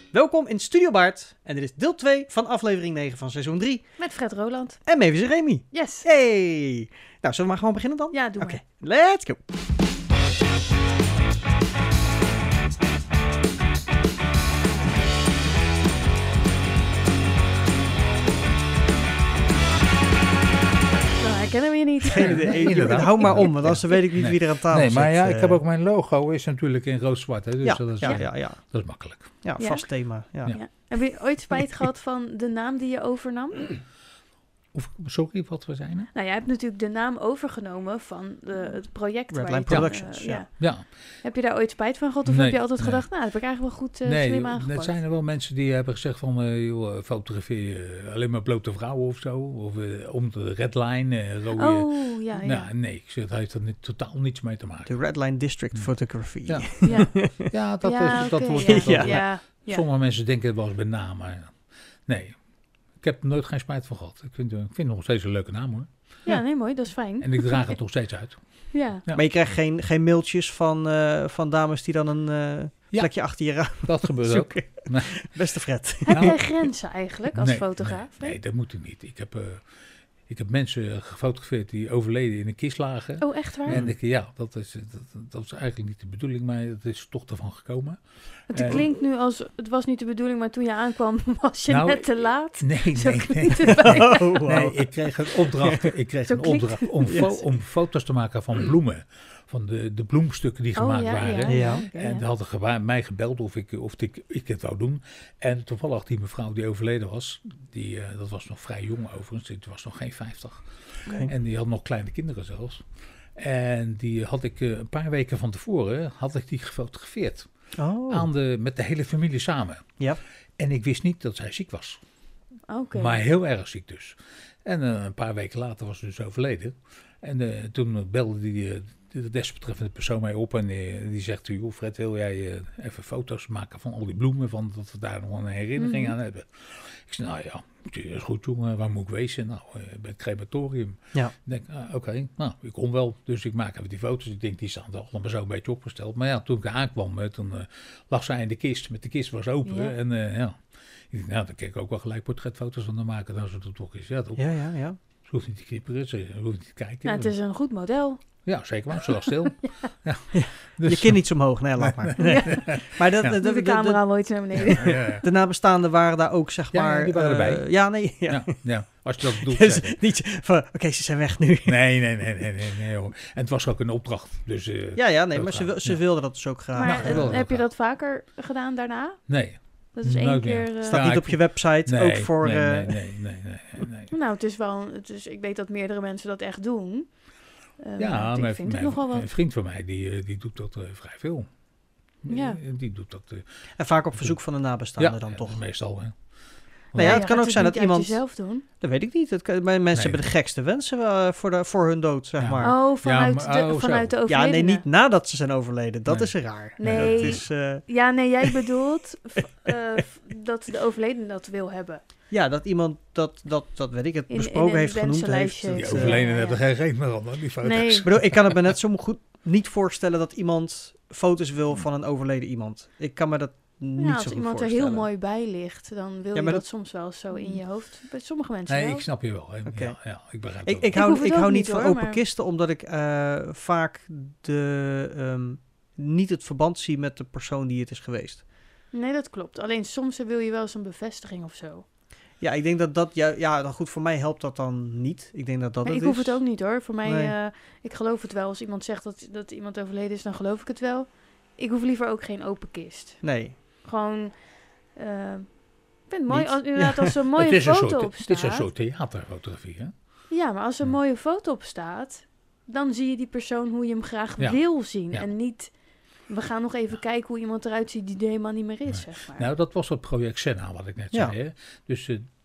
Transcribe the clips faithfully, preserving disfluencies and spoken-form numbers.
Welkom in Studio Baard. En dit is deel twee van aflevering negen van seizoen drie. Met Fred Roland. En Mavis en Remy. Yes. Hey. Nou, zullen we maar gewoon beginnen dan? Ja, doe Oké, maar. let's go. Kennen we je niet? Geen idee. Inderdaad. Hou maar om, want anders weet ik niet Nee. wie er aan tafel Nee, zit. maar ja, eh. ik heb ook mijn logo is natuurlijk in rood-zwart. Hè, dus Ja, dat, is, ja, ja, ja. dat is makkelijk. Ja, Ja. vast thema. Ja. Ja. Ja. Heb je ooit spijt gehad van de naam die je overnam? Of, sorry, wat we zijn? Nou, jij hebt natuurlijk de naam overgenomen van de, het project. waar Redline je toen, Productions, eh, ja. Ja. Heb je daar ooit spijt van gehad? Of Nee, heb je altijd nee. gedacht, nou, dat heb ik eigenlijk wel goed uh, nee, slim aangepakt? het zijn er wel mensen die hebben gezegd van, uh, joh, fotografeer je alleen maar blote vrouwen of zo. Of uh, om de redline, uh, rode... Oh, ja, ja. Nou, nee, ik zeg, dat heeft er niet, totaal niets mee te maken. De Redline District Ja. Photography. Ja. Ja, Ja, dat, ja, is, dat oké, wordt... ja. dat- Ja. Ja, ja. Sommige mensen denken het wel eens bij naam, maar nee. Ik heb er nooit geen spijt van gehad. Ik vind, uh, ik vind het nog steeds een leuke naam hoor. Ja, nee, mooi, dat is fijn. En ik draag het nog steeds uit. Ja. Ja. Maar je krijgt geen, geen mailtjes van, uh, van dames die dan een uh, Ja. plekje achter je raam Dat gebeurt ook. zoeken. Nee. Beste Fred. Heb Nou, jij grenzen eigenlijk als nee, fotograaf? Nee, nee, dat moet ik niet. Ik heb, uh, ik heb mensen gefotografeerd die overleden in een kist lagen. Oh, echt waar? En ik, ja, dat is, dat, dat is eigenlijk niet de bedoeling, maar het is toch ervan gekomen. Het Eh, klinkt nu als, het was niet de bedoeling, maar toen je aankwam was je Nou, net te laat. Nee, Zo nee, nee. klinkt het bijna. Oh, wow. Nee, ik kreeg een opdracht, ik kreeg Zo een klinkt opdracht om, fo- Yes. om foto's te maken van bloemen. Van de, de bloemstukken die Oh, gemaakt ja, waren. ja, Ja. ja, oké, En ja. die hadden geba- mij gebeld of ik, of ik, ik het wou doen. En toevallig die mevrouw die overleden was, die, uh, dat was nog vrij jong overigens, die was nog geen vijftig. Okay. En die had nog kleine kinderen zelfs. En die had ik uh, een paar weken van tevoren, had ik die gefotografeerd. Oh. Aan de, met de hele familie samen. Ja. En ik wist niet dat zij ziek was. Oké. Maar heel erg ziek dus. En uh, een paar weken later was ze dus overleden. En uh, toen belde die, uh, de desbetreffende persoon mij op en uh, die zegt, joh Fred, wil jij uh, even foto's maken van al die bloemen, van dat we daar nog een herinnering Mhm. aan hebben. Ik zei, nou ja, dat is goed jongen, waar moet ik wezen? Nou, uh, bij het crematorium. Ja. Ik denk, ah, oké, okay, nou, ik kom wel. Dus ik maak even die foto's. Ik denk, die staan er allemaal zo een beetje opgesteld. Maar ja, toen ik aankwam, uh, toen uh, lag zij in de kist. Met de kist was open. Ja. En uh, ja, ik denk, nou, dan kan ik ook wel gelijk portretfoto's van maken. Dan zo dat toch is. Ja, toch? Ja, ja, ja. Ze hoeft niet te knipperen, ze hoeft niet te kijken. Nou, het is een goed model. Ja, zeker wel. Ze lag stil. ja. Ja. Dus, Je kin niet zo omhoog. Nee, laat maar. Nee. Maar dat, Ja. de, Doe de, de camera de, wel iets naar beneden. ja, ja, de nabestaanden waren daar ook, zeg Ja, ja, maar... die waren uh, erbij. Ja, nee. Ja. ja, ja, als je dat bedoelt. Dus zeg ik. niet van, oké, okay, ze zijn weg nu. Nee, nee, nee, nee, nee, nee hoor. En het was ook een opdracht. Dus, uh, Ja, ja, nee, Heel maar ze, graag, wil- ze ja. wilden dat dus ook graag. Maar Ja, wel, eh, heb je wel. dat vaker gedaan daarna? nee. Dat is één Nooit meer. keer... eh, Staat Ja, niet ik- op je website, Nee, ook voor... nee, uh, nee, nee, nee, nee, nee. Nou, het is wel... Het is, ik weet dat meerdere mensen dat echt doen. Uh, Ja, ik mijn, vind het mijn- nog wel wat. een vriend van mij, die, uh, die doet dat uh, vrij veel. Ja. Die, die doet dat... Uh, En vaak op verzoek van de nabestaanden ja, dan ja, toch. meestal. Hè. Nou ja, Ja, het je kan gaat ook zijn dat niet uit iemand... jezelf doen. Dat weet ik niet. Het kan, maar mensen Nee. hebben de gekste wensen uh, voor, de, voor hun dood, zeg Ja. maar. Oh, vanuit, maar- de, oh, zo. vanuit de Ja, overledene. nee, niet nadat ze zijn overleden. Dat Nee. is raar. Nee. Dat is, uh, Ja, nee, jij bedoelt v- uh, v- dat de overledene dat wil hebben. ja, dat iemand dat, dat, dat weet ik, het In- besproken in een heeft, genoemd heeft. wensenlijstje Dat, Die heeft, uh, overledenen ja, hebben ja. geen reet meer aan, hoor, die foto's. Nee. ik bedoel, ik kan het me net zo goed niet voorstellen dat iemand foto's wil van een overleden iemand. Ik kan me dat niet Ja, zo als goed iemand er voorstellen. heel mooi bij ligt, dan wil Ja, je maar dat, dat- soms wel zo in je hoofd. Bij sommige mensen Nee, wel. ik snap je wel. Hè. Oké. Ja, ja, ik begrijp Ik, het ik wel. hou, hoef ik het hou ook niet niet, van hoor, open maar- kisten, omdat ik uh, vaak de, um, niet het verband zie met de persoon die het is geweest. Nee, dat klopt. Alleen soms wil je wel eens een bevestiging of zo. Ja, ik denk dat dat... Ja, ja, dan goed, voor mij helpt dat dan niet. Ik denk dat dat Nee, het ik hoef is. het ook niet hoor. Voor mij, Nee. uh, ik geloof het wel. Als iemand zegt dat, dat iemand overleden is, dan geloof ik het wel. Ik hoef liever ook geen open kist. Nee. Gewoon... Uh, ik vind het mooi, Niet? als, inderdaad, als er een mooie Het is een foto soort, op het staat. is een soort theaterfotografie, hè? Ja, maar als er een Ja. mooie foto op staat, dan zie je die persoon hoe je hem graag Ja. wil zien. Ja. En niet, we gaan nog even kijken hoe iemand eruit ziet die er helemaal niet meer is, Nee. zeg maar. Nou, dat was het project Senna, wat ik net Ja. zei. Hè? Dus uh,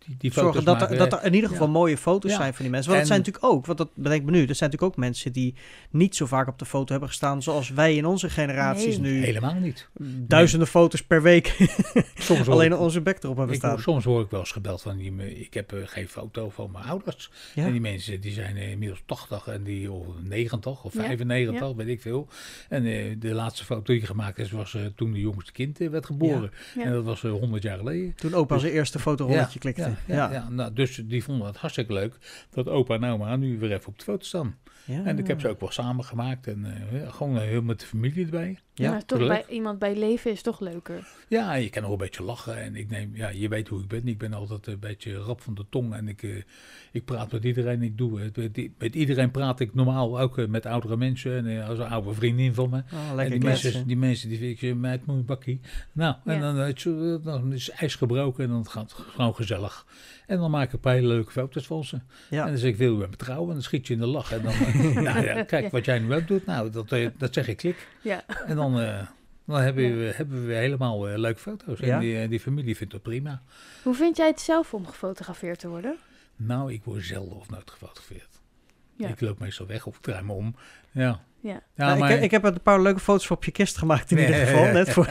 die, die foto's Zorgen dat maken. er, dat er in ieder geval Ja. mooie foto's Ja. zijn van die mensen. Want dat En- zijn natuurlijk ook, want dat bedenk me nu, dat zijn natuurlijk ook mensen die niet zo vaak op de foto hebben gestaan zoals wij in onze generaties Nee. nu Helemaal niet. duizenden foto's per week Soms hoor alleen ik- onze bek erop hebben ik, staan. hoor- soms hoor ik wel eens gebeld van, die, me- ik heb eh, geen foto van mijn ouders. Ja. En die mensen die zijn eh, inmiddels tachtig en die of negentig of Ja, vijfennegentig, weet ik veel. En eh, de laatste foto die gemaakt is, was eh, toen de jongste kind eh, werd geboren. Ja. En dat was eh, honderd jaar geleden. Toen opa zijn eerste fotorolletje Ja, klikte. Ja, ja, ja. Nou, dus die vonden het hartstikke leuk dat opa en oma nu weer even op de foto staan. Ja. En ik heb ze ook wel samen gemaakt en eh, ja, gewoon eh, heel met de familie erbij. Ja, maar toch leuk. bij iemand bij leven is toch leuker. Ja, je kan nog een beetje lachen en ik neem, ja, je weet hoe ik ben. Ik ben altijd een beetje rap van de tong en ik, eh, ik praat met iedereen. Ik doe het. Met, met iedereen praat ik normaal, ook eh, met oudere mensen en uh, als een oude vriendin van me. Oh, En lekker die kletsen. mensen, die mensen die vind ik, meid, moet een bakkie. Nou, en Ja. dan, eh, zo, dan is ijs gebroken en dan gaat het gewoon gezellig. En dan maak ik een paar hele leuke foto's van ze. Ja. En dan zeg ik, wil je met me trouwen? En dan schiet je in de lach. En dan, eh, nou ja, kijk wat jij nu ook doet. Nou, dat, eh, dat zeg ik klik. Ja. En dan, eh, dan hebben, we, hebben we weer helemaal eh, leuke foto's. Ja. En die, eh, die familie vindt dat prima. Hoe vind jij het zelf om gefotografeerd te worden? Nou, ik word zelden of nooit gefotografeerd. Ja. Ik loop meestal weg of ik draai me om. Ja. Ja. Ja, Nou, maar, ik, ik heb een paar leuke foto's op je kist gemaakt in Nee, ieder geval. ja, Net ja. voor.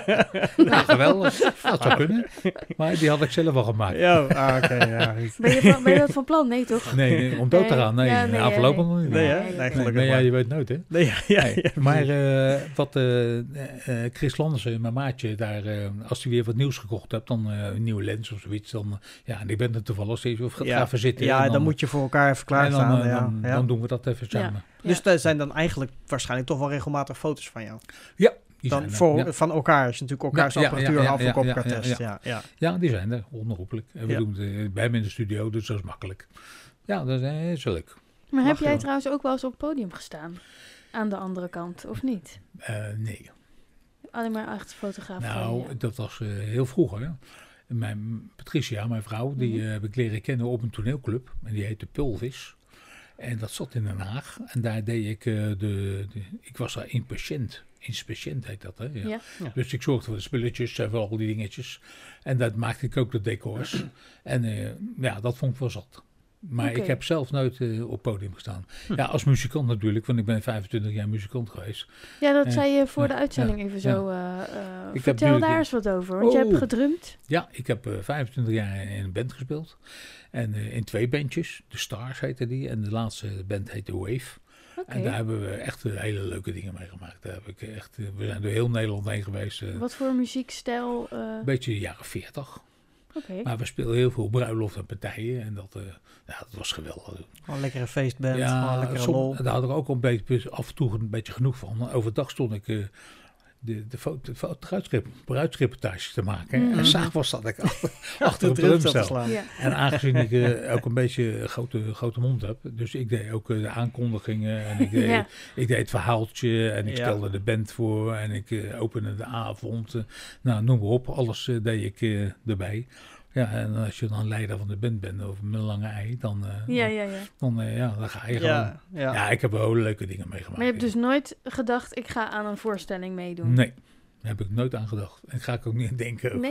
ja, geweldig. Dat zou kunnen. Maar die had ik zelf al gemaakt. Ja, ah, oké. ja, goed. Ben je, van, ben je dat van plan? Nee, toch? Nee, nee, om dood te Nee. gaan. Nee, Ja, nee, nee, nee voorlopig nee. nog niet. Nee, hè? Nee, Nee, oké. Nee, gelukkig maar ja, maar. je weet nooit, hè? Nee, ja, ja, Nee, ja, maar precies. eh, wat eh, eh, eh, Chris Landersen, mijn maatje, daar, eh, als hij weer wat nieuws gekocht hebt, dan eh, een nieuwe lens of zoiets, dan, eh, ja, en ik ben er toevallig steeds of gaat Ja. even zitten. Ja, en dan, moet je voor elkaar even en klaarstaan. dan, eh, ja, dan, ja. dan doen we dat even samen. Ja. Dus er zijn dan eigenlijk waarschijnlijk toch wel regelmatig foto's van jou. Ja, die Dan zijn er. voor, ja. van elkaar, als je natuurlijk elkaars Ja, ja, apparatuur ja, ja, af en ja, op ja, elkaar ja, test. ja. Ja, ja. Ja, die zijn er, onherroepelijk. En we Ja. doen het eh, bij hem in de studio, dus dat is makkelijk. Ja, dat is, eh, is wel leuk. Maar heb Lachen, jij hoor. trouwens ook wel eens op het podium gestaan? Aan de andere kant, of niet? Eh, nee. Alleen maar echt fotograaf. Nou, ja. dat was eh, heel vroeger. Hè. Mijn, Patricia, mijn vrouw, die Mhm. eh, heb ik leren kennen op een toneelclub. En die heette Pulvis. En dat zat in Den Haag. En daar deed ik eh, de, de... Ik was daar inpatiënt. Inspatiënt heet dat, hè? Ja. Ja. Ja. Dus ik zorgde voor de spulletjes en voor al die dingetjes. En dat maakte ik ook de decors. En eh, ja, dat vond ik wel zat. Maar Oké. ik heb zelf nooit eh, op het podium gestaan. Hm. Ja, als muzikant natuurlijk, want ik ben vijfentwintig jaar muzikant geweest. Ja, dat Eh, zei je voor ja, de uitzending even ja. zo. eh, eh, heb vertel nu- daar eens wat over. Want je hebt Oh. gedrumd. Ja, ik heb eh, vijfentwintig jaar in een band gespeeld. En eh, in twee bandjes. De Stars heette die. En de laatste band heette Wave. Oké. En daar hebben we echt eh, hele leuke dingen mee gemaakt. Daar heb ik echt, eh, we zijn door heel Nederland heen geweest. eh, Wat voor muziekstijl? eh, een beetje de jaren veertig. Oké. Maar we speelden heel veel bruiloft en partijen. En dat, eh, ja, dat was geweldig. Gewoon een lekkere feestband, gewoon Ja, lekkere som- lol. daar had ik ook een beetje, af en toe een beetje genoeg van. Overdag stond ik eh, de, de, foto, de bruidsrep- bruidsreportage te maken. Mhm. En s'avonds zat ik achter, achter De de drumstel te drumstel. slaan. Ja. En aangezien ik eh, ook een beetje een grote, grote mond heb, dus ik deed ook eh, de aankondigingen en ik deed, Ja. ik deed het verhaaltje en ik Ja. stelde de band voor en ik eh, opende de avond. eh, nou, noem maar op, alles eh, deed ik eh, erbij. Ja, en als je dan leider van de band bent of met een lange ei, dan, eh, Ja, ja, ja. dan, eh, ja, dan ga je gewoon. Ja, Ja. ja. ik heb wel hele leuke dingen meegemaakt. Maar je hebt dus nooit gedacht, ik ga aan een voorstelling meedoen? Nee, daar heb ik nooit aan gedacht. En ga ik ook niet aan denken. ook. Nee?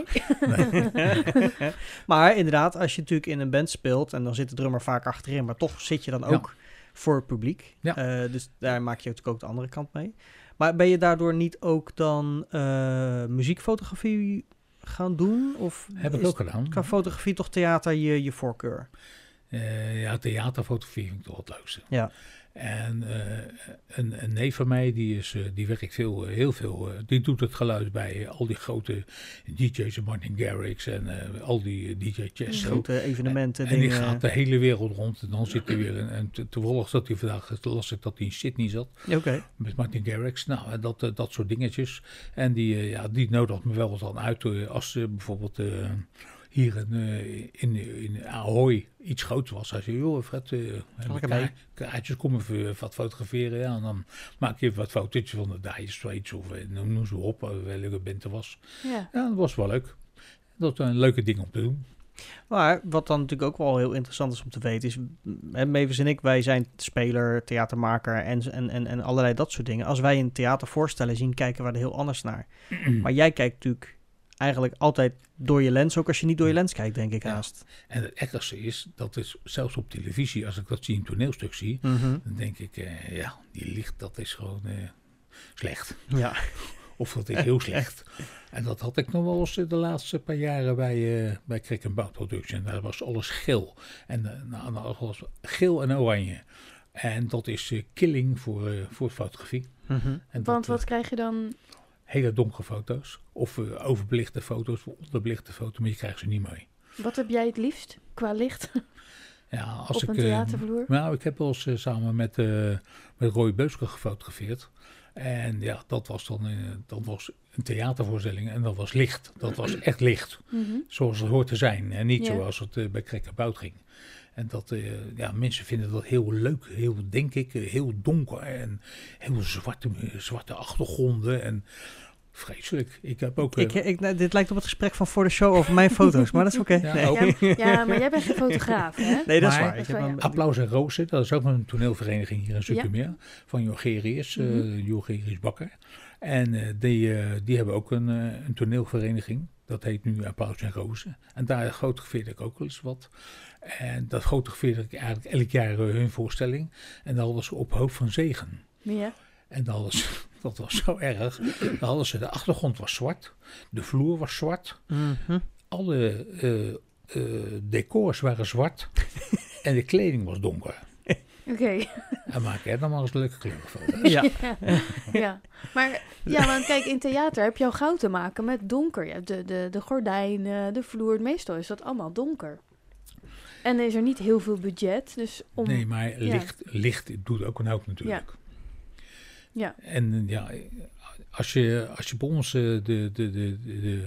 Maar inderdaad, als je natuurlijk in een band speelt en dan zit de drummer vaak achterin, maar toch zit je dan Ja. ook voor het publiek. Ja. Eh, dus daar maak je natuurlijk ook de andere kant mee. Maar ben je daardoor niet ook dan eh, muziekfotografie gaan doen? Of Heb ik is ook gedaan. qua fotografie toch theater je, je voorkeur? Eh, ja, theaterfotografie vind ik toch het leukste. Ja. En eh, een, een neef van mij, die, is, eh, die werkt veel, eh, heel veel, eh, die doet het geluid bij eh, al die grote D J's, Martin Garrix en eh, al die D J Chesto. Grote evenementen, En die dingen. gaat de hele wereld rond en dan zit hij weer, en, en to- toevallig zat hij vandaag, las ik dat hij in Sydney zat, Oké. met Martin Garrix, nou, en dat, eh, dat soort dingetjes. En die, eh, ja, die nodigt me wel wat dan uit eh, als ze bijvoorbeeld... eh, hier in, eh, in, in Ahoy iets groots was. Hij zei, joh Fred, uh, Lekker mee. kaartjes, kom even wat fotograferen. Ja, en dan maak je even wat fotootjes van de Dire Straits of eh, noem noem ze op, uh, welke band er was. Ja. Ja, dat was wel leuk. Dat zijn leuke dingen om te doen. Maar wat dan natuurlijk ook wel heel interessant is om te weten is, hè, Mavis en ik, wij zijn speler, theatermaker en, en, en, en allerlei dat soort dingen. Als wij een theatervoorstelling zien, kijken we er heel anders naar. Maar jij kijkt natuurlijk eigenlijk altijd door je lens, ook als je niet door je lens kijkt, denk ik Ja. haast. En het ergste is, dat is zelfs op televisie, als ik dat zie in een toneelstuk zie, Mhm. dan denk ik, eh, ja, die licht, dat is gewoon eh, slecht. Ja. Of dat is heel slecht. En dat had ik nog wel eens de laatste paar jaren bij, uh, bij Krek en Bout Production. Daar was alles geel. En uh, nou, nou, was geel en oranje. En dat is uh, killing voor, uh, voor fotografie. Mhm. En Want dat, wat uh, krijg je dan? hele donkere foto's. Of uh, overbelichte foto's, of onderbelichte foto's, maar je krijgt ze niet mee. Wat heb jij het liefst qua licht Ja, als op ik, een uh, theatervloer? Nou, ik heb wel eens uh, samen met, uh, met Roy Beusker gefotografeerd. En ja, dat was dan uh, dat was een theatervoorstelling en dat was licht. Dat was echt licht, Mhm. zoals het hoort te zijn. En niet Ja. zoals het uh, bij Krek en Bout ging. En dat, uh, ja, mensen vinden dat heel leuk, heel, denk ik, uh, heel donker en heel zwarte, uh, zwarte achtergronden en vreselijk. Ik heb ook... Uh, Ik, ik, nou, dit lijkt op het gesprek van voor de show over mijn foto's, maar dat is oké. Ja, Nee. ook. Ja, ja, maar jij bent geen fotograaf, hè? Nee, dat is Maar- waar. Ik heb Ja. een- Applaus en Rozen, dat is ook een toneelvereniging hier in Zoetermeer. Van Jorgerius, uh, Mhm. Jorgerius Bakker. En uh, die, uh, die hebben ook een, uh, een toneelvereniging. Dat heet nu Applaus en Rozen. En daar fotografeerde ik ook wel eens wat. En dat fotografeerde ik eigenlijk elk jaar uh, hun voorstelling. En dan hadden ze op Hoop van Zegen. Ja. En dan hadden ze, dat was zo erg. Dan hadden ze, de achtergrond was zwart. De vloer was zwart. Mhm. Alle uh, uh, decors waren zwart. En de kleding was donker. Oké. En maak jij dan maar eens leuke kleurenfoto's. Ja. ja. ja. Maar ja, want kijk, in theater heb je al gauw te maken met donker. Je hebt de, de, de gordijnen, de vloer. Meestal is dat allemaal donker. En is er niet heel veel budget. Dus om... Nee, maar licht, licht doet ook een hoop natuurlijk. Ja. En eh, ja, als je, als je bij ons eh, de, de, de, de, de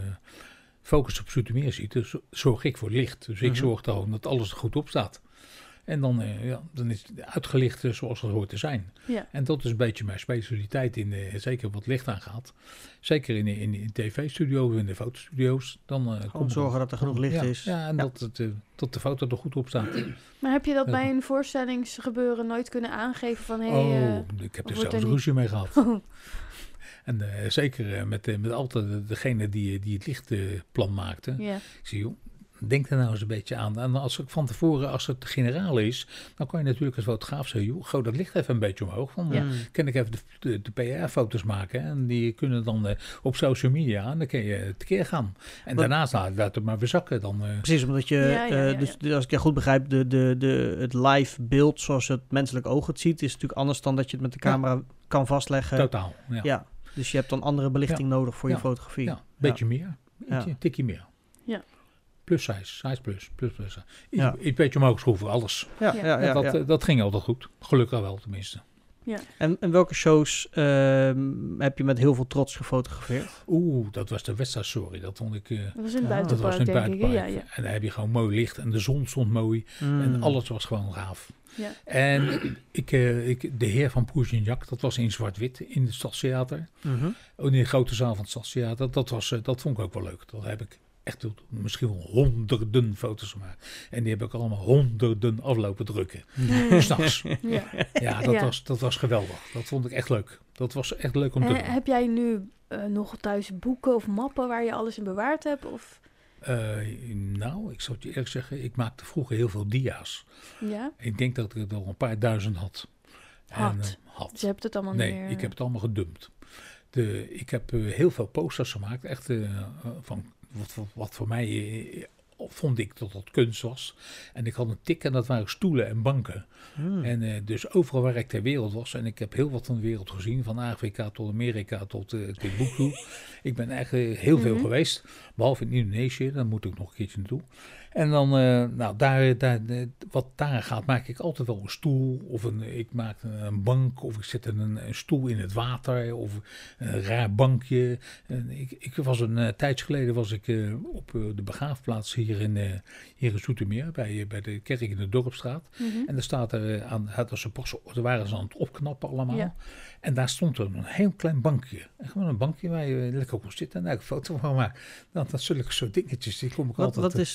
focus op Zoetermeer ziet, dus zorg ik voor licht. Dus ik Mhm. zorg erom dat alles er goed op staat. En dan, eh, ja, dan is het uitgelicht eh, zoals het hoort te zijn. Ja. En dat is een beetje mijn specialiteit, in, eh, zeker wat licht aangaat. Zeker in, in, in tv-studio of in de fotostudio's. Dan uh, Gewoon zorgen dat er genoeg licht ja, is. Ja, en Ja. Dat, het, uh, dat de foto er goed op staat. Maar heb je dat Ja. bij een voorstellingsgebeuren nooit kunnen aangeven van... Hey, oh, eh, ik heb er wordt zelfs er niet- ruzie mee gehad. oh, En uh, zeker uh, met, uh, met altijd de- degene die, die het lichtplan maakte. ja. Ik zie, joh, denk er nou eens een beetje aan. En als ik van tevoren, als het generaal is, dan kan je natuurlijk als fotograaf zeggen, joh, gooi dat licht even een beetje omhoog. Dan Ja. uh, kan ik even de, de, de P R-foto's maken. En die kunnen dan uh, op social media, en dan kun je tekeer gaan. En Wat- daarnaast laat laat het maar weer zakken. Dan, uh, Precies, omdat je, Ja, ja, ja, eh, ja. dus de- als ik je goed begrijp, de, de, de, het live beeld zoals het menselijk oog het ziet, is natuurlijk anders dan dat je het met de Ja. camera kan vastleggen. totaal. Ja, ja. Ja, dus je hebt dan andere belichting nodig voor je Ja. fotografie. een beetje meer. Ietsje, Ja. Een tikje meer. Ja. Plus size, size plus, plus plus. Iets, Ja. iets beetje omhoog schroeven, alles. Ja, Ja. ja, ja, En dat, ja. eh, dat ging altijd goed. Gelukkig wel, tenminste. En, en welke shows ehm, heb je met heel veel trots gefotografeerd? Oeh, dat was de wedstrijd, sorry. Dat vond ik... eh, Dat was in het Ja, dat was buitenpark, in het denk ik. hè? buitenpark. Ja, ja. En dan heb je gewoon mooi licht. En de zon stond mooi. Mm. En alles was gewoon gaaf. Ja. En ik, eh, ik, de heer van Poergignac, dat was in zwart-wit in het Stadstheater. Mhm. In de grote zaal van het Stadstheater. Dat, was, eh, dat vond ik ook wel leuk. Dat heb ik echt misschien wel honderden foto's gemaakt. En die heb ik allemaal honderden aflopen drukken. S'nachts. Ja. Ja, dat, Ja. Was, dat was geweldig. Dat vond ik echt leuk. Dat was echt leuk om te Eh, doen. heb jij nu eh, nog thuis boeken of mappen waar je alles in bewaard hebt? Of... Eh, nou, ik zou het je eerlijk zeggen, ik maakte vroeger heel veel dia's. Ja? Ik denk dat ik er al een paar duizend had. Had. En, eh, had. Dus je hebt het allemaal Nee, niet meer... ik heb het allemaal gedumpt. De, ik heb eh, heel veel posters gemaakt, echt eh, eh, van wat, wat, wat voor mij eh, vond ik dat dat kunst was. En ik had een tik en dat waren stoelen en banken. Mm. En eh, dus overal waar ik ter wereld was, en ik heb heel wat van de wereld gezien, van Afrika tot Amerika tot uh, Timbuktu. Ik ben eigenlijk heel veel Mhm. geweest, behalve in Indonesië, daar moet ik nog een keertje naartoe. En dan, uh, nou, daar, daar, uh, wat daar gaat, maak ik altijd wel een stoel, of een, ik maak een bank, of ik zet een, een stoel in het water, of een raar bankje. En ik, ik was een uh, tijdje geleden was ik uh, op uh, de begraafplaats hier in, uh, hier in Zoetermeer, bij, uh, bij de kerk in de Dorpstraat. Mhm. En daar staat er aan, hadden ze pas, daar waren ze aan het opknappen allemaal. Ja. En daar stond er een heel klein bankje. En gewoon een bankje waar je lekker op kon zitten en daar een foto van maakt. Nou, dat zulke soort dingetjes, die kom ik Wat, altijd... wat, is, wat is dan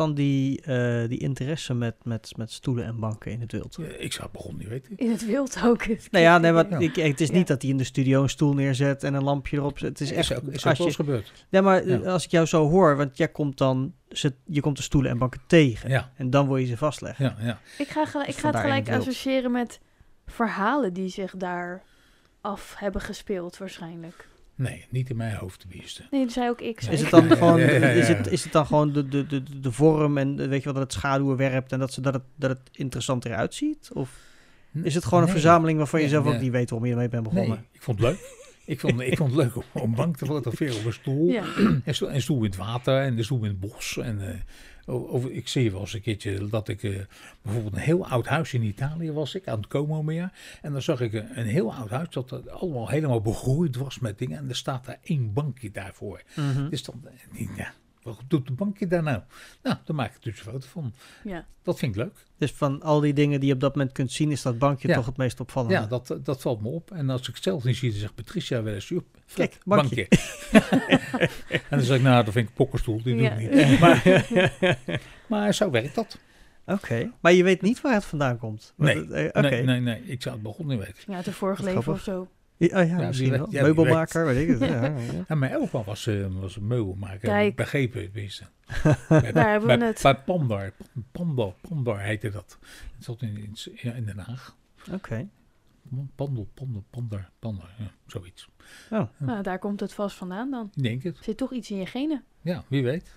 dan die, uh, die interesse met, met, met stoelen en banken in het wild? Ja, ik zou het begon niet weten. In het wild ook. Nou ja, nee, maar Ja. ik, het is Ja. niet dat hij in de studio een stoel neerzet en een lampje erop zet. Het is Is echt... ook, is ook als wel eens je, gebeurd. nee, maar Ja. als ik jou zo hoor, want jij komt dan... Zet, je komt de stoelen en banken tegen. Ja, En dan wil je ze vastleggen. ja, ja. Ik ga, gelijk, ik Dus ga het vandaar in gelijk het wild. associëren met verhalen die zich daar af hebben gespeeld waarschijnlijk. Nee, niet in mijn hoofd tenminste. Nee, dat zei ook ik. zei Is het ik. dan gewoon, Ja, ja, ja, ja. Is het, is het dan gewoon de, de, de, de vorm en de- weet je wel, dat het schaduwen werpt en dat, ze, dat, het, dat het interessanter uitziet? Of is het gewoon een Nee. verzameling waarvan je Ja, zelf ook ja. niet weet waarom je ermee bent begonnen? Nee, ik vond het leuk. Ik vond, ik vond het leuk om, om een bank te fotograferen op een stoel. Ja. En stoel, en stoel in het water en de stoel in het bos. En, uh, over, ik zie wel eens een keertje dat ik uh, bijvoorbeeld een heel oud huis in Italië was ik, aan het Como-meer. En dan zag ik uh, een heel oud huis dat uh, allemaal helemaal begroeid was met dingen. En er staat daar één bankje daarvoor. Mhm. Dus dan, uh, ja, wat doet de bankje daar nou? Nou, daar maak ik dus een foto van. Ja. Dat vind ik leuk. Dus van al die dingen die je op dat moment kunt zien, is dat bankje Ja. toch het meest opvallende? Ja, dat, dat valt me op. En als ik het zelf niet zie, dan zegt Patricia wel eens, joh, Kijk, Fred, bankje. en dan zeg ik, nou, dat vind ik een pokkenstoel, die doe Ja. ik niet. Maar, maar zo werkt dat. Oké, maar je weet niet waar het vandaan komt? Want Nee, het- eh, Oké. Nee, nee, nee, ik zou het begon niet weten. Ja, uit de vorige Wat leven of grappig. zo. Ja, oh ja, wie misschien weet. wel. Ja, wie Meubelmaker, weet ik het. Ja. Ja, ja. En mijn opa was, uh, was een meubelmaker, Kijk. begrepen tenminste. bij, Daar hebben we bij, het. Bij Pandar, Pandar, Pandar heette dat. Het zat in, in, ja, in Den Haag. Oké. Pandel, Pandel, Pandar, Pandar, ja, zoiets. Oh. Nou, daar komt het vast vandaan dan. Ik denk het. Zit toch iets in je genen. Ja, wie weet.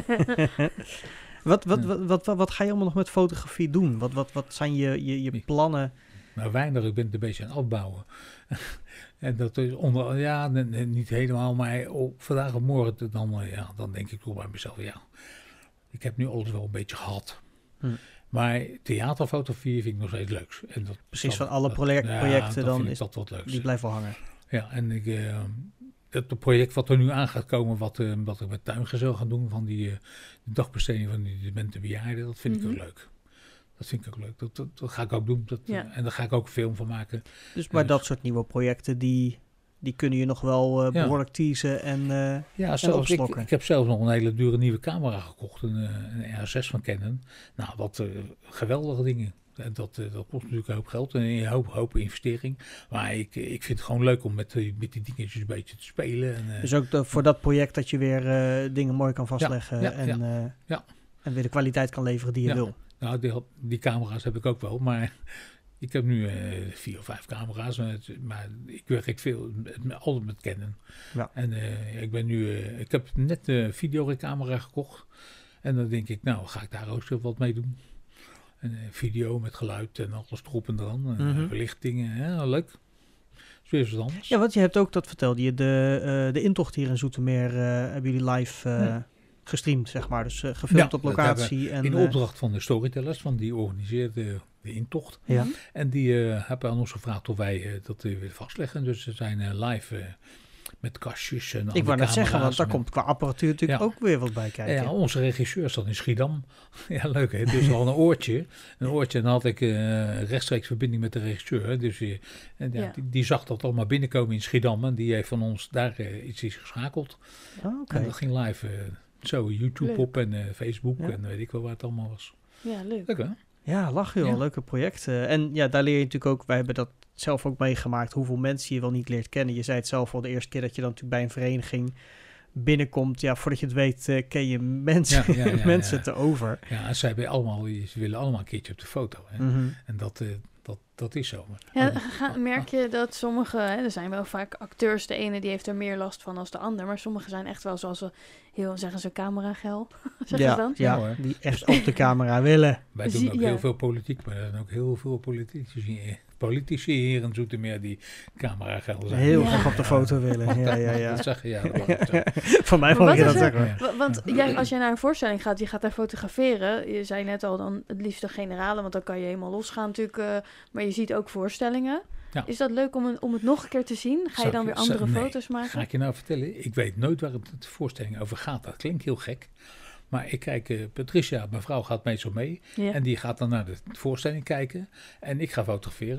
Wat, wat, Ja. wat, wat, wat, wat ga je allemaal nog met fotografie doen? Wat, wat, wat zijn je, je, je plannen? Nou, weinig. Ik ben het een beetje aan het afbouwen. En dat is onder, ja, n- n- niet helemaal, maar op vandaag of morgen dan, eh, ja, dan denk ik wel bij mezelf, ja, ik heb nu alles wel een beetje gehad. Hm. Maar theaterfotografie vind ik nog steeds leuk. En dat, Precies, dat- van alle dat- project- ja, projecten dan dan vind ik is- dat wat leuk. Die blijven wel hangen. Ja, en ik, eh, het project wat er nu aan gaat komen, wat, eh, wat ik met Tuingezel ga doen, van die, eh, die dagbesteding van die demente bejaarden, dat vind Mhm. ik ook leuk. Dat vind ik ook leuk. Dat, dat, dat ga ik ook doen. Dat, Ja. En daar ga ik ook een film van maken. Dus, maar Ja, dat dus- soort nieuwe projecten, die, die kunnen je nog wel eh, Ja. behoorlijk teasen. En, eh, Ja, zelfs, ik, opslokken. ik heb zelfs nog een hele dure nieuwe camera gekocht. Een, eh, een R zes van Canon. Nou, wat uh, geweldige dingen. En dat, uh, dat kost natuurlijk een hoop geld en een hoop, hoop investering. Maar ik, ik vind het gewoon leuk om met, uh, met die dingetjes een beetje te spelen. En, uh, dus ook de- voor dat project dat je weer eh, dingen mooi kan vastleggen. ja, en, ja. eh, Ja. en weer de kwaliteit kan leveren die je Ja. wil. nou, die, die camera's heb ik ook wel. Maar ik heb nu uh, vier of vijf camera's. Maar, het- maar ik werk veel, met, met- altijd met Canon. Ja. En uh, ik ben nu, uh, ik heb net een videocamera gekocht. En dan denk ik, nou ga ik daar ook zo wat mee doen. En uh, video met geluid en alles erop en eraan. En Mhm. uh, verlichtingen, ja, leuk. Dus weer eens wat anders. Ja, want je hebt ook, dat vertelde je, de, eh, de intocht hier in Zoetermeer eh, hebben jullie live eh, Ja. gestreamd, zeg maar. Dus eh, gefilmd Ja, op dat locatie. En, In eh, opdracht van de Storytellers, van die organiseerde de intocht. ja. Mhm. En die uh, hebben aan ons gevraagd of wij uh, dat uh, willen vastleggen. Dus ze zijn uh, live uh, met kastjes en Ik wou net zeggen, want daar met- komt qua apparatuur natuurlijk Ja. ook weer wat bij kijken. Ja, onze regisseur zat in Schiedam. Ja, leuk hè. Dus we hadden een oortje. Een oortje en dan had ik uh, rechtstreeks verbinding met de regisseur. Dus uh, en, ja, Ja. Die, die zag dat allemaal binnenkomen in Schiedam. En die heeft van ons daar uh, iets is geschakeld. Oh, oké. En dat ging live uh, zo YouTube Leuk. op en uh, Facebook Ja. en weet ik wel waar het allemaal was. Ja, leuk. Leuk hè? Ja, lach joh, Ja. leuke projecten. En ja, daar leer je natuurlijk ook, wij hebben dat zelf ook meegemaakt, hoeveel mensen je wel niet leert kennen. Je zei het zelf al de eerste keer dat je dan natuurlijk bij een vereniging binnenkomt. Ja, voordat je het weet uh, ken je mensen, Ja, ja, ja, mensen ja. te over. Ja, en zij hebben allemaal, ze willen allemaal een keertje op de foto. Hè? Mhm. En dat, uh, dat, dat is zo. Maar, Ja, oh, ga- merk je dat sommige, hè, er zijn wel vaak acteurs, de ene die heeft er meer last van dan de ander, maar sommige zijn echt wel zoals ze heel, zeggen ze camerageil, zeggen ja, ze dan? ja, Ja, hoor. die echt op de camera willen. wij Zie- doen ook ja. heel veel politiek, maar er zijn ook heel veel politici, politici hier in Zoetermeer die cameragelden zijn. Heel Ja. graag op de foto willen. Ja, ja, ja. Dat zeg je, ja. Dat was het zo. Voor mij Maar mag je wat dat is er- zeggen. Ja. Wa- Want jij, als je naar een voorstelling gaat, je gaat daar fotograferen. Je zei net al, dan het liefst de generale, want dan kan je helemaal losgaan natuurlijk. eh, maar je ziet ook voorstellingen. Ja. Is dat leuk om, een- om het nog een keer te zien? Ga je Zou dan ik- weer andere zou- nee. foto's maken? Ga ik je nou vertellen? Ik weet nooit waar het de voorstelling over gaat. Dat klinkt heel gek. Maar ik kijk, uh, Patricia, mijn vrouw, gaat meestal mee. Ja. En die gaat dan naar de voorstelling kijken. En ik ga fotograferen.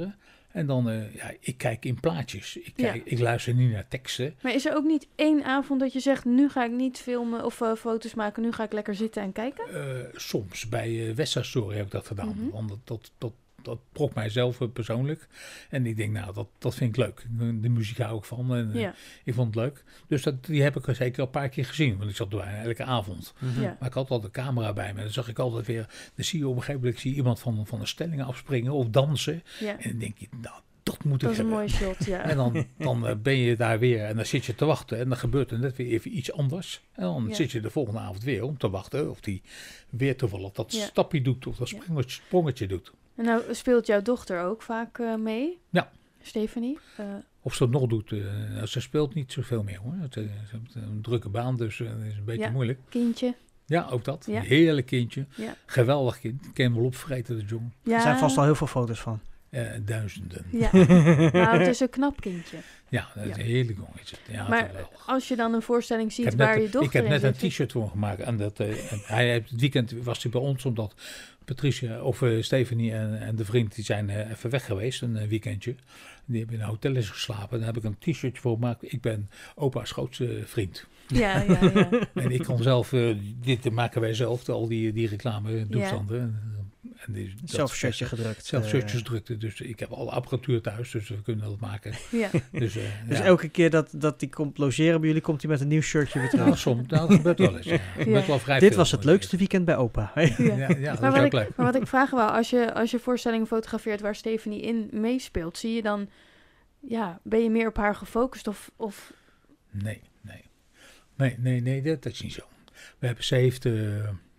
En dan, uh, ja, ik kijk in plaatjes. Ik, kijk, Ja. ik luister niet naar teksten. Maar is er ook niet één avond dat je zegt, nu ga ik niet filmen of uh, foto's maken, nu ga ik lekker zitten en kijken? Uh, soms, bij uh, West Side Story heb ik dat gedaan. Mm-hmm. Want dat, dat, dat, dat trok mijzelf uh, persoonlijk. En ik denk, nou, dat, dat vind ik leuk. De muziek hou ik van en uh, ja. ik vond het leuk. Dus dat, die heb ik zeker een paar keer gezien. Want ik zat er elke avond. Mm-hmm. Ja. Maar ik had altijd de camera bij me. Dan zag ik altijd weer, dan zie je op een gegeven moment zie je iemand van, van een stelling afspringen of dansen. Ja. En dan denk je, nou, dat moet dat ik is een hebben. mooi shot, ja. En dan, dan uh, ben je daar weer en dan zit je te wachten en dan gebeurt er net weer even iets anders. En dan ja. zit je de volgende avond weer om te wachten of die weer toevallig dat ja. stapje doet of dat sprongetje, sprongetje doet. En nou speelt jouw dochter ook vaak uh, mee? Ja. Stephanie? Uh, of ze het nog doet, uh, ze speelt niet zoveel meer hoor. Ze heeft een drukke baan, dus uh, dat is een beetje ja. moeilijk. Kindje? Ja, ook dat. Ja. Heerlijk kindje. Ja. Geweldig kind. Ik kan hem wel opvreten, de jongen. Ja. Er zijn vast al heel veel foto's van. Uh, duizenden. Ja, nou, het is een knap kindje. Ja, dat is ja. een heerlijk jongetje. Ja, maar als je dan een voorstelling ziet waar net, je dochter Ik heb in net zit, een t-shirt voor gemaakt. En dat, uh, en hij, het weekend was hij bij ons, omdat Patricia of uh, Stephanie en, en de vriend die zijn uh, even weg geweest, een uh, weekendje. Die hebben in een hotel is geslapen. Daar heb ik een t-shirtje voor gemaakt. Ik ben opa's grootste vriend. Ja, ja, ja. En ik kon zelf, uh, dit maken wij zelf, al die, die reclame toestanden. Ja. En die, zelf shirtje gedrukt. Zelf shirtjes uh, drukte, dus ik heb alle apparatuur thuis, dus we kunnen dat maken. Ja. Dus, uh, dus ja. elke keer dat, dat die komt logeren bij jullie, komt hij met een nieuw shirtje weer terug? Nou, soms, nou, dat gebeurt wel eens. Ja. Ja. Wel vrij Dit veel, was het leukste weekend bij opa. Ja. Ja, ja, dat maar, is wat ook ik, leuk. maar wat ik vragen wou, als je, als je voorstellingen fotografeert waar Stephanie in meespeelt, zie je dan, ja, ben je meer op haar gefocust of... of... Nee, nee. Nee, nee, nee, dat, dat is niet zo. We hebben, ze heeft, uh,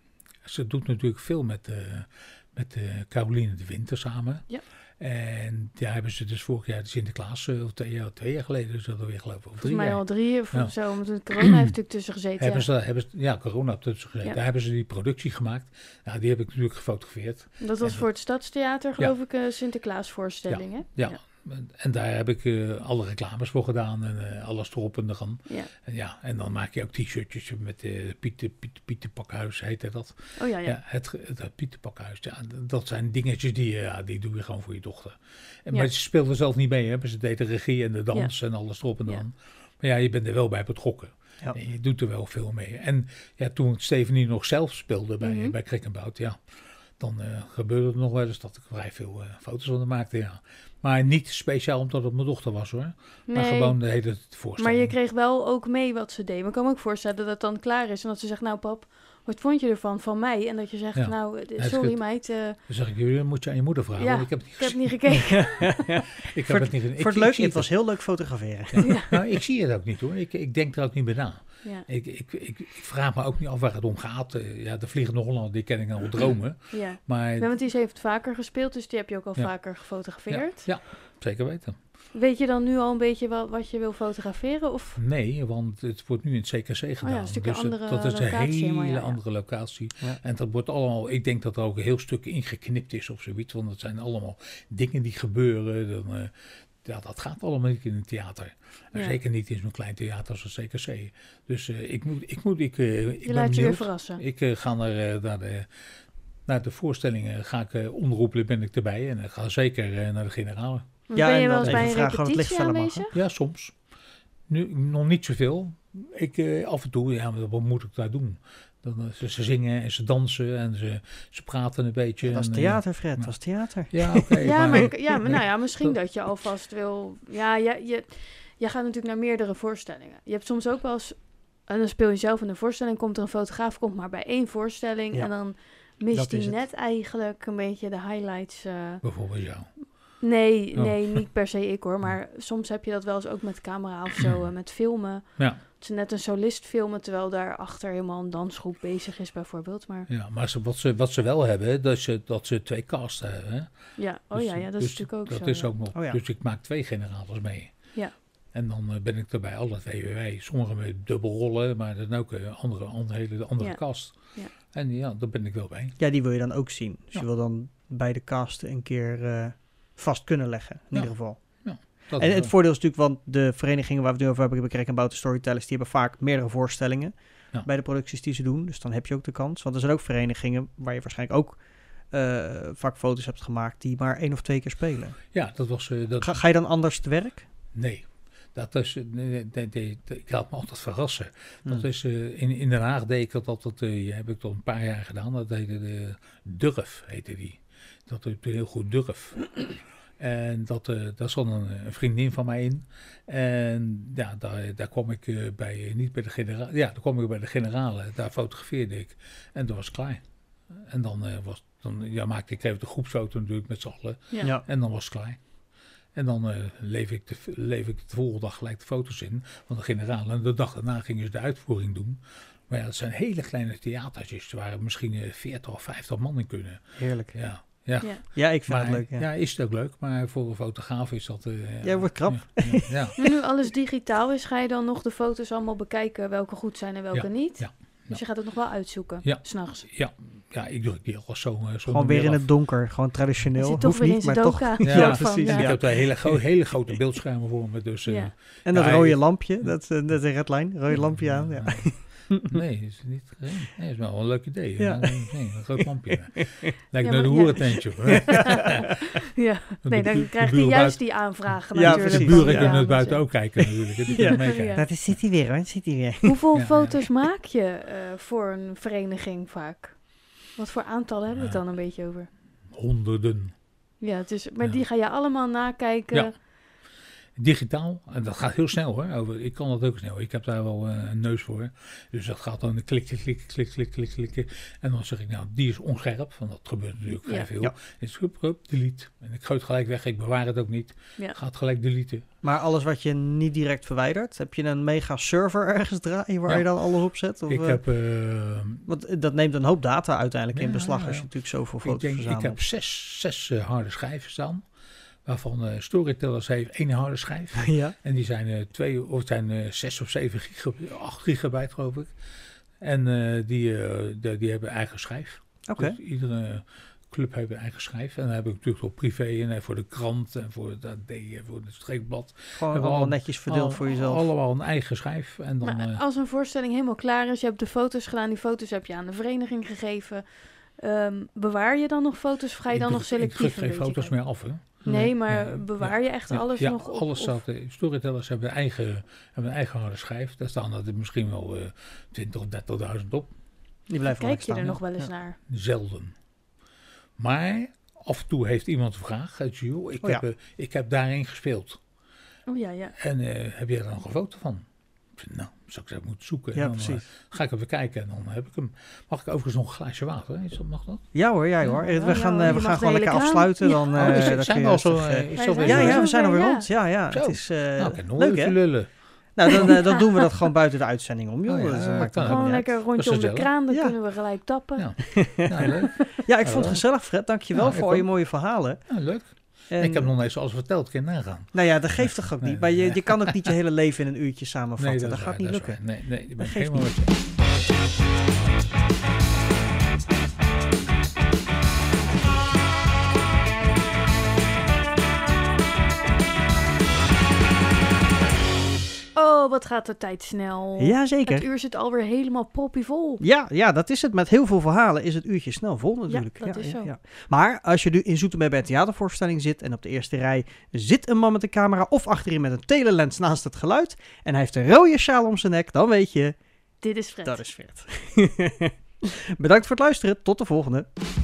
ze doet natuurlijk veel met... Uh, met uh, Caroline de Winter samen. Ja. En daar hebben ze dus vorig jaar de Sinterklaas, uh, of twee jaar, twee jaar geleden, dus dat alweer geloof ik. Volgens mij jaar. al drie of ja. zo, want corona heeft natuurlijk tussen gezeten. Hebben ja. Ze, hebben ze, ja, corona heeft tussen gezeten. Ja. Daar hebben ze die productie gemaakt. Nou, die heb ik natuurlijk gefotografeerd. Dat was en voor het Stadstheater, geloof ja. ik, een Sinterklaas voorstelling, ja. hè? Ja. ja. En daar heb ik uh, alle reclames voor gedaan en uh, alles erop en eraan. Ja. En, ja, en dan maak je ook t-shirtjes met uh, Pieter, Pieter, Pieter Pakhuis, heette dat. Oh ja, ja. ja het, het, het Pieter Pakhuis, ja, dat zijn dingetjes die, ja, die doe je gewoon voor je dochter. En, ja. Maar ze speelde zelf niet mee, hè. Ze deed de regie en de dans ja. en alles erop en dan. Ja. Maar ja, je bent er wel bij betrokken. Ja. En je doet er wel veel mee. En ja, toen Stephanie nog zelf speelde bij, mm-hmm. bij Krikkenbout, ja, dan uh, gebeurde het nog wel eens dat ik vrij veel uh, foto's van haar maakte, ja. Maar niet speciaal omdat het mijn dochter was, hoor. Nee. Maar gewoon de hele voorstelling. Maar je kreeg wel ook mee wat ze deed. Maar ik kan me ook voorstellen dat het dan klaar is. En dat ze zegt, nou pap, wat vond je ervan van mij? En dat je zegt, ja. nou, sorry meid. Uh... Dan zeg ik, jullie moet je aan je moeder vragen. Ja, ik heb het niet, ik heb niet gekeken. ik heb het niet gezien. Voor het leuk, het was heel leuk fotograferen. Ja. Ja. Nou, ik zie het ook niet, hoor. Ik, ik denk er ook niet bij na. Ja. Ik, ik, ik, ik vraag me ook niet af waar het om gaat. Uh, ja, de Vliegende Hollander, die ken ik nou wel dromen. Ja. Maar, ja, want die heeft vaker gespeeld, dus die heb je ook al ja. vaker gefotografeerd. Ja, ja, zeker weten. Weet je dan nu al een beetje wel wat je wil fotograferen? Of? Nee, want het wordt nu in het C K C gedaan. Oh ja, dat is, dus een het, dat is een locatie, hele maar ja, ja. andere locatie. Ja. En dat wordt allemaal, ik denk dat er ook een heel stuk ingeknipt is of zoiets. Want het zijn allemaal dingen die gebeuren. Dan, uh, ja, dat gaat allemaal niet in een theater. En ja. zeker niet in zo'n klein theater als het C K C. Dus uh, ik moet... Ik moet ik, uh, ik je laat je weer verrassen. Ik uh, ga naar, uh, naar de... Naar de voorstellingen ga ik uh, omroepen, ben ik erbij. En ik ga zeker uh, naar de generale. Ja, ben je wel eens bij een repetitie aanwezig? Ja, soms. Nu nog niet zoveel. Ik uh, af en toe, ja, wat moet ik daar doen? Dan, uh, ze, ze zingen en ze dansen en ze, ze praten een beetje. Dat was en, theater, Fred. Uh, dat was theater. Ja, oké. Okay, ja, maar, maar, ja, maar nou ja, misschien dat je alvast wil... Ja, je, je, je gaat natuurlijk naar meerdere voorstellingen. Je hebt soms ook wel eens... En dan speel je zelf in een voorstelling, komt er een fotograaf, komt maar bij één voorstelling. Ja. En dan mist hij net eigenlijk een beetje de highlights. Uh, Bijvoorbeeld jou. Nee, oh. nee, niet per se ik hoor. Maar soms heb je dat wel eens ook met camera of zo, uh, met filmen. Ja. Dat ze net een solist filmen, terwijl daarachter helemaal een dansgroep bezig is bijvoorbeeld. Maar, ja, maar ze, wat, ze, wat ze wel hebben, dat ze, dat ze twee casten hebben. Hè? Ja, oh dus, ja, ja, dat dus is natuurlijk ook dat zo. Is ja. ook nog, oh ja. Dus ik maak twee generales mee. Ja. En dan uh, ben ik erbij alle twee weer bij. Sommigen met dubbelrollen, maar dan ook een uh, andere, andere, hele andere ja. cast. Ja. En ja, daar ben ik wel bij. Ja, die wil je dan ook zien. Dus ja. je wil dan bij de cast een keer uh, vast kunnen leggen, in ja. ieder geval. Ja, en het voordeel is natuurlijk, want de verenigingen waar we het nu over hebben, Krek en Bout de Storytellers, die hebben vaak meerdere voorstellingen ja. bij de producties die ze doen. Dus dan heb je ook de kans. Want er zijn ook verenigingen waar je waarschijnlijk ook uh, vaak foto's hebt gemaakt die maar één of twee keer spelen. Ja, dat was... Uh, dat... Ga, ga je dan anders te werk? Nee. Dat is, nee, nee, nee, ik laat me altijd verrassen. Hmm. Dat is, uh, in, in Den Haag deed ik dat altijd, uh, heb ik tot een paar jaar gedaan. Dat heette de Durf, heette die. Dat is heel goed Durf. En dat, uh, daar zat een, een vriendin van mij in. En ja, daar, daar kwam ik uh, bij, niet bij de generale, ja, daar kwam ik bij de generale. Daar fotografeerde ik. En dat was klaar. En dan, uh, was, dan ja, maakte ik even de groepsfoto natuurlijk met z'n allen. Ja. Ja. En dan was het klaar. En dan uh, leef, ik de, leef ik de volgende dag gelijk de foto's in van de generaal. En de dag daarna gingen ze de uitvoering doen. Maar ja, dat zijn hele kleine theatertjes. Er waren misschien uh, veertig of vijftig man in kunnen. Heerlijk. Ja, ja. Ja. Ja, ik vind Maar, het leuk. Ja. ja, is het ook leuk. Maar voor een fotograaf is dat... Uh, Jij wordt krap. Ja, ja, ja. En nu alles digitaal is, ga je dan nog de foto's allemaal bekijken welke goed zijn en welke Ja, niet? ja, Dus ja. je gaat het nog wel uitzoeken, Ja. s'nachts. ja, ja, ik doe die al zo. Uh, Gewoon weer in het donker. Gewoon traditioneel. Hij zit toch Hoeft weer niet, in zijn maar toch. doka. Ja, Ja, precies, van, Ik ja. heb daar hele, gro- hele grote beeldschermen voor me. Dus, uh, Ja. En dat Ja, rode ik- lampje, dat, uh, dat is een redline. Rode lampje aan. Ja. Nee, is niet. Nee, nee, is wel een leuk idee. Ja. Nee, nee, een groot lampje. Lijkt Ja, naar maar- de hoerententje. hoor. Ja, nee, De bu- dan de krijgt hij buren juist buiten- die aanvragen Ja, natuurlijk. precies. De van, buren Ja, kunnen ja, het buiten dus, ook kijken natuurlijk. Die Ja. kunnen meekijken. Ja. Dat is, zit hij weer hoor, zit hij weer. Hoeveel Ja. foto's maak je uh, voor een vereniging vaak? Wat voor aantallen hebben we het Ja. dan een beetje over? Honderden. Ja, dus, maar Ja. die ga je allemaal nakijken. Ja. Digitaal, en dat gaat heel snel hoor. Over, ik kan dat ook snel. Ik heb daar wel uh, een neus voor. Dus dat gaat dan klikken, klikken, klikken, klikken, klikken, klikken. En dan zeg ik, nou, die is onscherp. Want dat gebeurt natuurlijk vrij Ja. veel. Ja. Dus hup, hup, delete. En ik gooi het gelijk weg. Ik bewaar het ook niet. Ja. Ga het gelijk deleten. Maar alles wat je niet direct verwijdert, heb je een mega server ergens draaien waar Ja. je dan alles op zet? Of, ik uh, heb... Uh, want dat neemt een hoop data uiteindelijk in Ja, beslag ja, als je ja. natuurlijk zoveel ik, foto's denk, ik verzamelt. heb zes, zes uh, harde schijven staan. Waarvan uh, Storytellers heeft één harde schijf. Ja. En die zijn uh, twee, of het zijn uh, zes of zeven gigabyte, acht gigabyte geloof ik. En uh, die, uh, die, die hebben eigen schijf. Oké. Okay. Dus iedere club heeft een eigen schijf. En dan heb ik natuurlijk op privé en uh, voor de krant en voor het A D en voor het streekblad. Gewoon Hebben allemaal al- netjes verdeeld Al- voor jezelf. Allemaal een eigen schijf. En dan, Maar uh, als een voorstelling helemaal klaar is, je hebt de foto's gedaan, die foto's heb je aan de vereniging gegeven. Um, bewaar je dan nog foto's of ga je ik dan druk- nog selectief Ik een druk geen beetje foto's kijken? meer af, hè. Nee, maar Ja, bewaar je echt Ja, alles ja, nog op? alles of- staat. uh, Storytellers hebben een eigen, hebben een eigen harde schijf. Daar staan er misschien wel uh, twintig of dertigduizend op. Die blijven Kijk je staan, er ja. nog wel eens Ja. naar? Zelden. Maar af en toe heeft iemand een vraag. Uit joh, ik, Oh, heb, ja. uh, ik heb daarin gespeeld. Oh ja, ja. En uh, heb jij daar nog een foto van? Ik zeg, nou, zou ik dat moeten zoeken. Ja, en dan, precies. uh, ga ik even kijken en dan heb ik hem. Mag ik overigens nog een glaasje water? Is dat, mag dat? Ja hoor, ja hoor. Ja, we gaan, ja, uh, je we mag gaan de gewoon lekker hele kraan. afsluiten. Ja. Dan, uh, Oh, is het, dat zijn je we al zo... rustig, uh, Uh, is Wij dat zijn weer ja, zo ja, zo? we zijn alweer Ja. rond. Ja, ja. Zo. Het is uh, Nou, ik kan nog leuk even hè? lullen. Nou, dan, uh, dan doen we dat gewoon buiten de uitzending om, joh. Oh ja, Dus dat ja, maakt kan dan ook. Gewoon helemaal niet lekker een rondje Dat om is de gezellig. kraan, dan Ja. kunnen we gelijk tappen. Ja. Nou, leuk. uit. Ja, ik vond Ja, het gezellig, Fred. Dankjewel Ja, voor ik al je ook. mooie verhalen. Ja, leuk. En, Ik heb nog niet zoals verteld, kan je nagaan. Nou ja, dat geeft toch ook Nee, niet. Maar je, nee. je kan ook niet je hele leven in een uurtje samenvatten. Nee, dat is gaat waar, niet dat is lukken. waar. Nee, nee, ik ben geeft helemaal niet. met je. Oh, wat gaat de tijd snel. Ja, Het zeker. uur zit alweer helemaal proppievol. Ja, ja, dat is het. Met heel veel verhalen is het uurtje snel vol natuurlijk. dat is zo. Maar als je nu in Zoetermeer bij een theatervoorstelling zit en op de eerste rij zit een man met een camera of achterin met een telelens naast het geluid en hij heeft een rode sjaal om zijn nek, dan weet je, Dit is Fred. dat is Fred. Bedankt voor het luisteren. Tot de volgende.